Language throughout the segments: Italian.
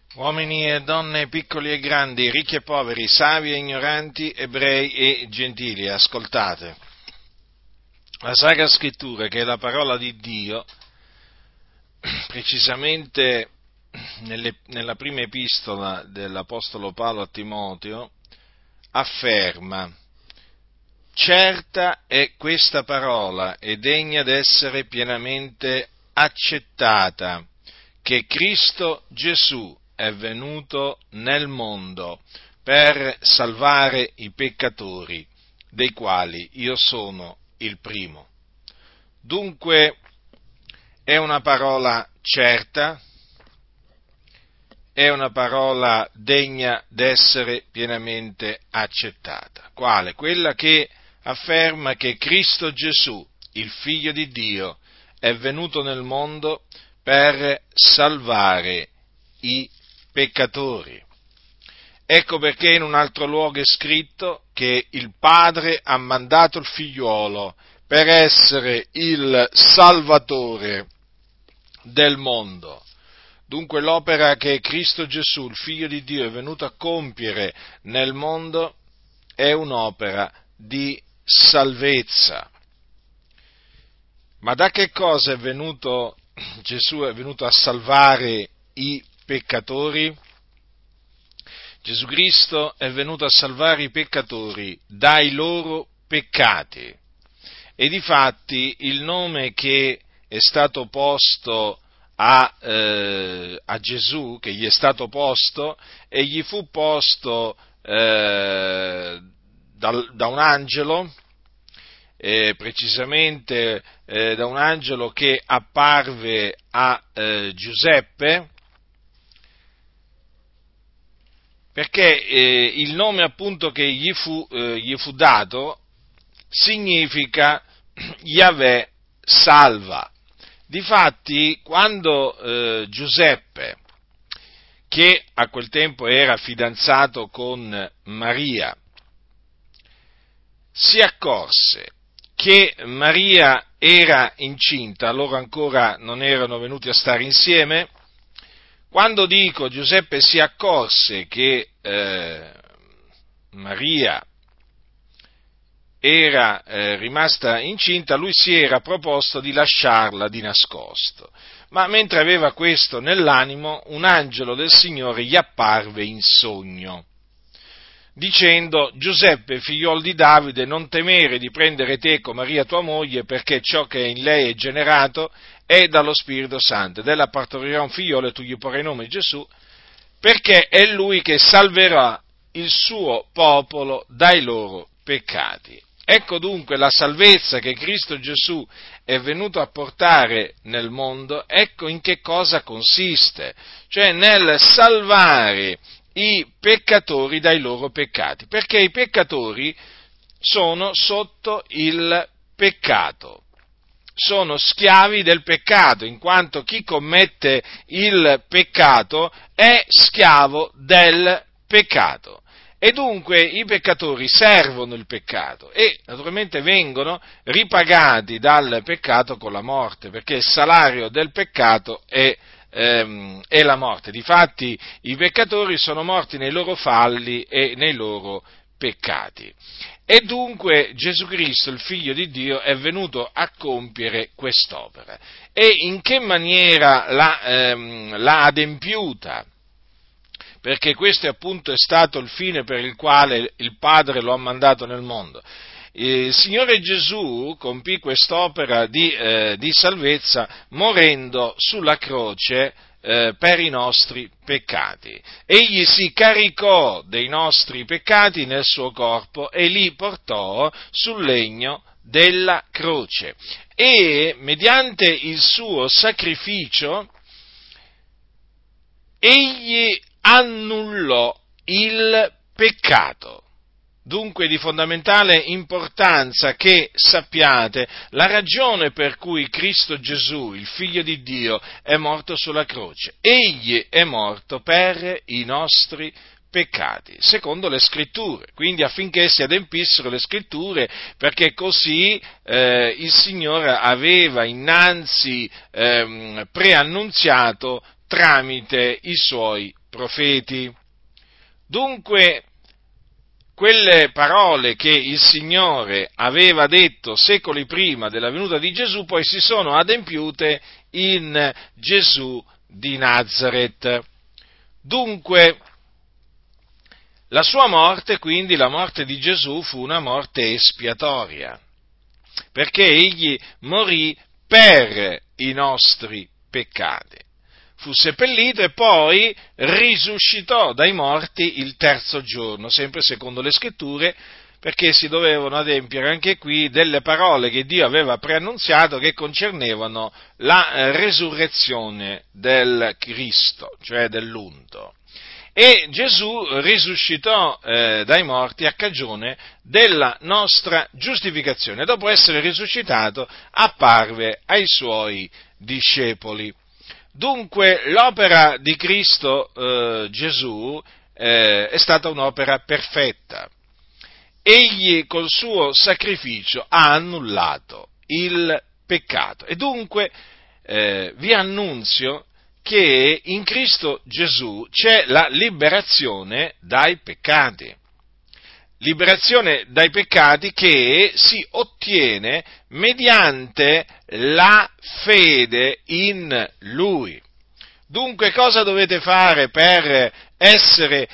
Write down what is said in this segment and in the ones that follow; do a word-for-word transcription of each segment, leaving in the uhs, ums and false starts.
Uomini e donne, piccoli e grandi, ricchi e poveri, savi e ignoranti, ebrei e gentili, ascoltate. La Sacra Scrittura, che è la parola di Dio, precisamente nelle, nella prima epistola dell'Apostolo Paolo a Timoteo, afferma: certa è questa parola e degna d'essere pienamente accettata, che Cristo Gesù è venuto nel mondo per salvare i peccatori, dei quali io sono il primo. Dunque è una parola certa, è una parola degna d'essere pienamente accettata. Quale? Quella che afferma che Cristo Gesù, il Figlio di Dio, è venuto nel mondo per salvare i peccatori. Ecco perché in un altro luogo è scritto che il Padre ha mandato il Figliuolo per essere il Salvatore del mondo. Dunque l'opera che Cristo Gesù, il Figlio di Dio, è venuto a compiere nel mondo è un'opera di salvezza. Ma da che cosa è venuto Gesù? È venuto a salvare i peccatori? Gesù Cristo è venuto a salvare i peccatori dai loro peccati. E difatti il nome che è stato posto a, eh, a Gesù, che gli è stato posto, e gli fu posto eh, da, da un angelo, eh, precisamente eh, da un angelo che apparve a eh, Giuseppe, perché eh, il nome appunto che gli fu, eh, gli fu dato significa Yahweh salva. Difatti, quando eh, Giuseppe, che a quel tempo era fidanzato con Maria, si accorse che Maria era incinta, loro ancora non erano venuti a stare insieme. Quando dico Giuseppe si accorse che eh, Maria era eh, rimasta incinta, lui si era proposto di lasciarla di nascosto. Ma mentre aveva questo nell'animo, un angelo del Signore gli apparve in sogno, dicendo: Giuseppe, figliuol di Davide, non temere di prendere teco Maria tua moglie, perché ciò che in lei è generato è dallo Spirito Santo, ed ella partorirà un figliolo e tu gli porrai nome Gesù, perché è lui che salverà il suo popolo dai loro peccati. Ecco dunque la salvezza che Cristo Gesù è venuto a portare nel mondo, ecco in che cosa consiste, cioè nel salvare i peccatori dai loro peccati, perché i peccatori sono sotto il peccato, sono schiavi del peccato, in quanto chi commette il peccato è schiavo del peccato. E dunque i peccatori servono il peccato e naturalmente vengono ripagati dal peccato con la morte, perché il salario del peccato è, ehm, è la morte. Difatti i peccatori sono morti nei loro falli e nei loro peccati. E dunque Gesù Cristo, il Figlio di Dio, è venuto a compiere quest'opera. E in che maniera l'ha, ehm, l'ha adempiuta? Perché questo appunto è stato il fine per il quale il Padre lo ha mandato nel mondo. Il Signore Gesù compì quest'opera di, eh, di salvezza morendo sulla croce eh, per i nostri peccati. Egli si caricò dei nostri peccati nel suo corpo e li portò sul legno della croce. E mediante il suo sacrificio egli annullò il peccato. Dunque di fondamentale importanza che sappiate la ragione per cui Cristo Gesù, il Figlio di Dio, è morto sulla croce. Egli è morto per i nostri peccati, secondo le Scritture, quindi affinché si adempissero le Scritture, perché così eh, il Signore aveva innanzi eh, preannunziato tramite i suoi profeti. Dunque, quelle parole che il Signore aveva detto secoli prima della venuta di Gesù poi si sono adempiute in Gesù di Nazaret. Dunque, la sua morte, quindi la morte di Gesù, fu una morte espiatoria, perché egli morì per i nostri peccati. Fu seppellito e poi risuscitò dai morti il terzo giorno, sempre secondo le scritture, perché si dovevano adempiere anche qui delle parole che Dio aveva preannunziato che concernevano la resurrezione del Cristo, cioè dell'unto. E Gesù risuscitò eh, dai morti a cagione della nostra giustificazione. Dopo essere risuscitato, apparve ai suoi discepoli. Dunque, l'opera di Cristo eh, Gesù eh, è stata un'opera perfetta. Egli col suo sacrificio ha annullato il peccato. E dunque eh, vi annunzio che in Cristo Gesù c'è la liberazione dai peccati. Liberazione dai peccati che si ottiene mediante la fede in Lui. Dunque, cosa dovete fare per essere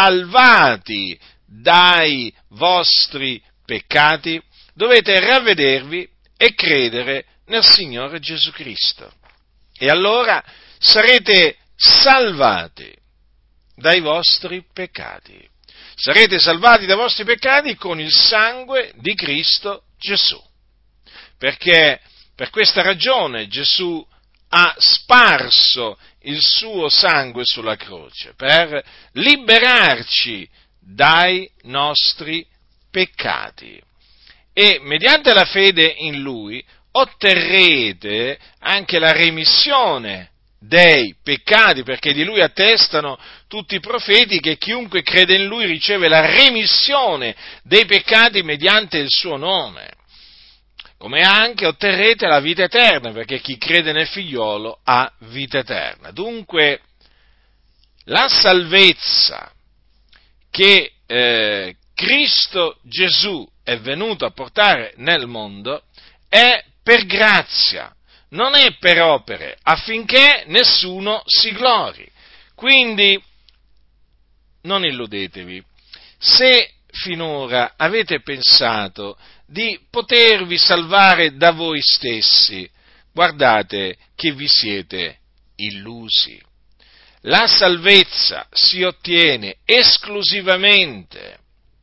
salvati dai vostri peccati? Dovete ravvedervi e credere nel Signore Gesù Cristo. E allora sarete salvati dai vostri peccati. Sarete salvati dai vostri peccati con il sangue di Cristo Gesù. Perché per questa ragione Gesù ha sparso il suo sangue sulla croce, per liberarci dai nostri peccati. E mediante la fede in Lui otterrete anche la remissione dei peccati, perché di Lui attestano tutti i profeti che chiunque crede in Lui riceve la remissione dei peccati mediante il suo nome. Come anche otterrete la vita eterna, perché chi crede nel Figliolo ha vita eterna. Dunque, la salvezza che eh, Cristo Gesù è venuto a portare nel mondo è per grazia, non è per opere, affinché nessuno si glori. Quindi, non illudetevi. Se finora avete pensato di potervi salvare da voi stessi, guardate che vi siete illusi. La salvezza si ottiene esclusivamente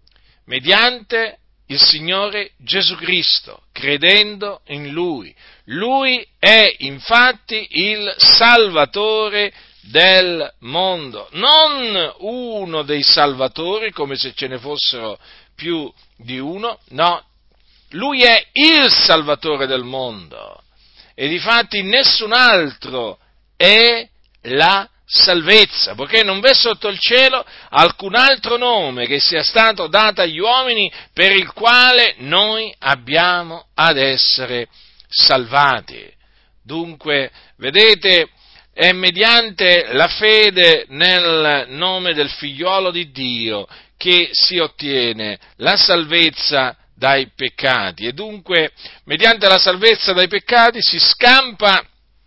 mediante il Signore Gesù Cristo, credendo in Lui. Lui è infatti il Salvatore del mondo, non uno dei salvatori, come se ce ne fossero più di uno, no, Lui è il Salvatore del mondo, e difatti nessun altro è la salvezza, poiché non v'è sotto il cielo alcun altro nome che sia stato dato agli uomini per il quale noi abbiamo ad essere salvati. Dunque, vedete, è mediante la fede nel nome del Figliolo di Dio che si ottiene la salvezza dai peccati, e dunque, mediante la salvezza dai peccati si scampa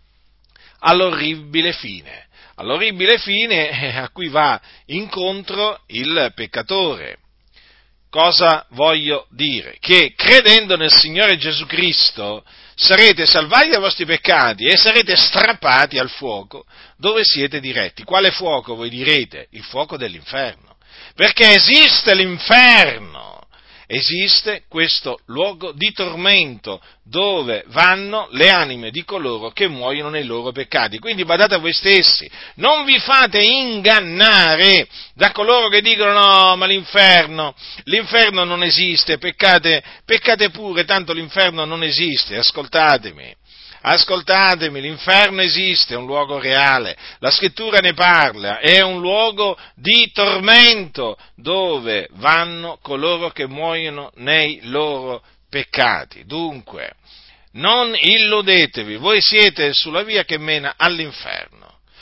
all'orribile fine, all'orribile fine a cui va incontro il peccatore. Cosa voglio dire? Che credendo nel Signore Gesù Cristo sarete salvati dai vostri peccati e sarete strappati al fuoco dove siete diretti. Quale fuoco, voi direte? Il fuoco dell'inferno. Perché esiste l'inferno. Esiste questo luogo di tormento dove vanno le anime di coloro che muoiono nei loro peccati. Quindi badate a voi stessi, non vi fate ingannare da coloro che dicono no, ma l'inferno, l'inferno non esiste, peccate, peccate pure, tanto l'inferno non esiste. Ascoltatemi. Ascoltatemi, l'inferno esiste, è un luogo reale, la scrittura ne parla, è un luogo di tormento dove vanno coloro che muoiono nei loro peccati. Dunque, non illudetevi, voi siete sulla via che mena all'inferno,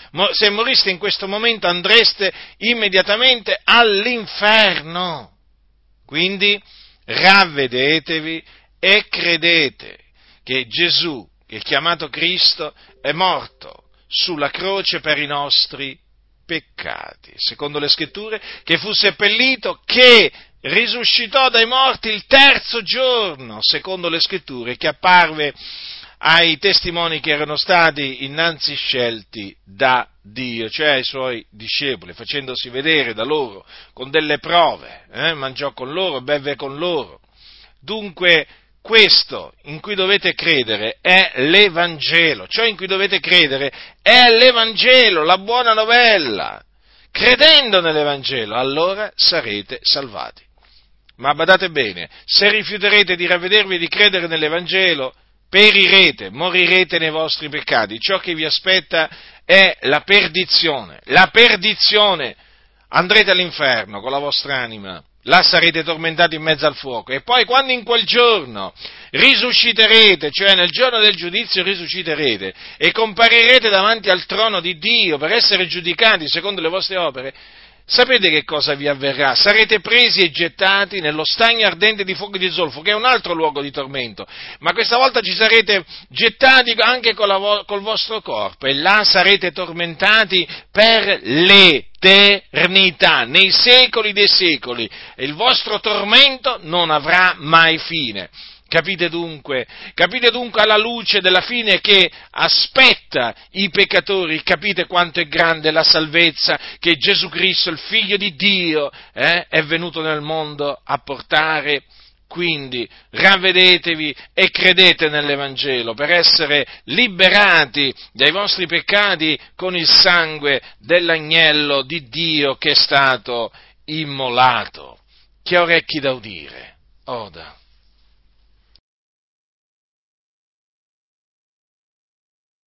Se moriste in questo momento andreste immediatamente all'inferno. Quindi ravvedetevi e credete che Gesù, che è chiamato Cristo, è morto sulla croce per i nostri peccati, secondo le Scritture, che fu seppellito, che risuscitò dai morti il terzo giorno, secondo le Scritture, che apparve ai testimoni che erano stati innanzi scelti da Dio, cioè ai suoi discepoli, facendosi vedere da loro con delle prove, eh? mangiò con loro, bevve con loro. Dunque, questo in cui dovete credere è l'Evangelo, ciò in cui dovete credere è l'Evangelo, la buona novella. Credendo nell'Evangelo, allora sarete salvati. Ma badate bene, se rifiuterete di ravvedervi e di credere nell'Evangelo, perirete, morirete nei vostri peccati. Ciò che vi aspetta è la perdizione, la perdizione. Andrete all'inferno con la vostra anima, là sarete tormentati in mezzo al fuoco, e poi quando in quel giorno risusciterete, cioè nel giorno del giudizio risusciterete, e comparirete davanti al trono di Dio per essere giudicati secondo le vostre opere, sapete che cosa vi avverrà? Sarete presi e gettati nello stagno ardente di fuoco e di zolfo, che è un altro luogo di tormento, ma questa volta ci sarete gettati anche con la vo- col vostro corpo, e là sarete tormentati per l'eternità, nei secoli dei secoli, e il vostro tormento non avrà mai fine. Capite dunque, capite dunque alla luce della fine che aspetta i peccatori, capite quanto è grande la salvezza che Gesù Cristo, il Figlio di Dio, eh, è venuto nel mondo a portare. Quindi ravvedetevi e credete nell'Evangelo per essere liberati dai vostri peccati con il sangue dell'agnello di Dio che è stato immolato. Chi ha orecchi da udire, oda.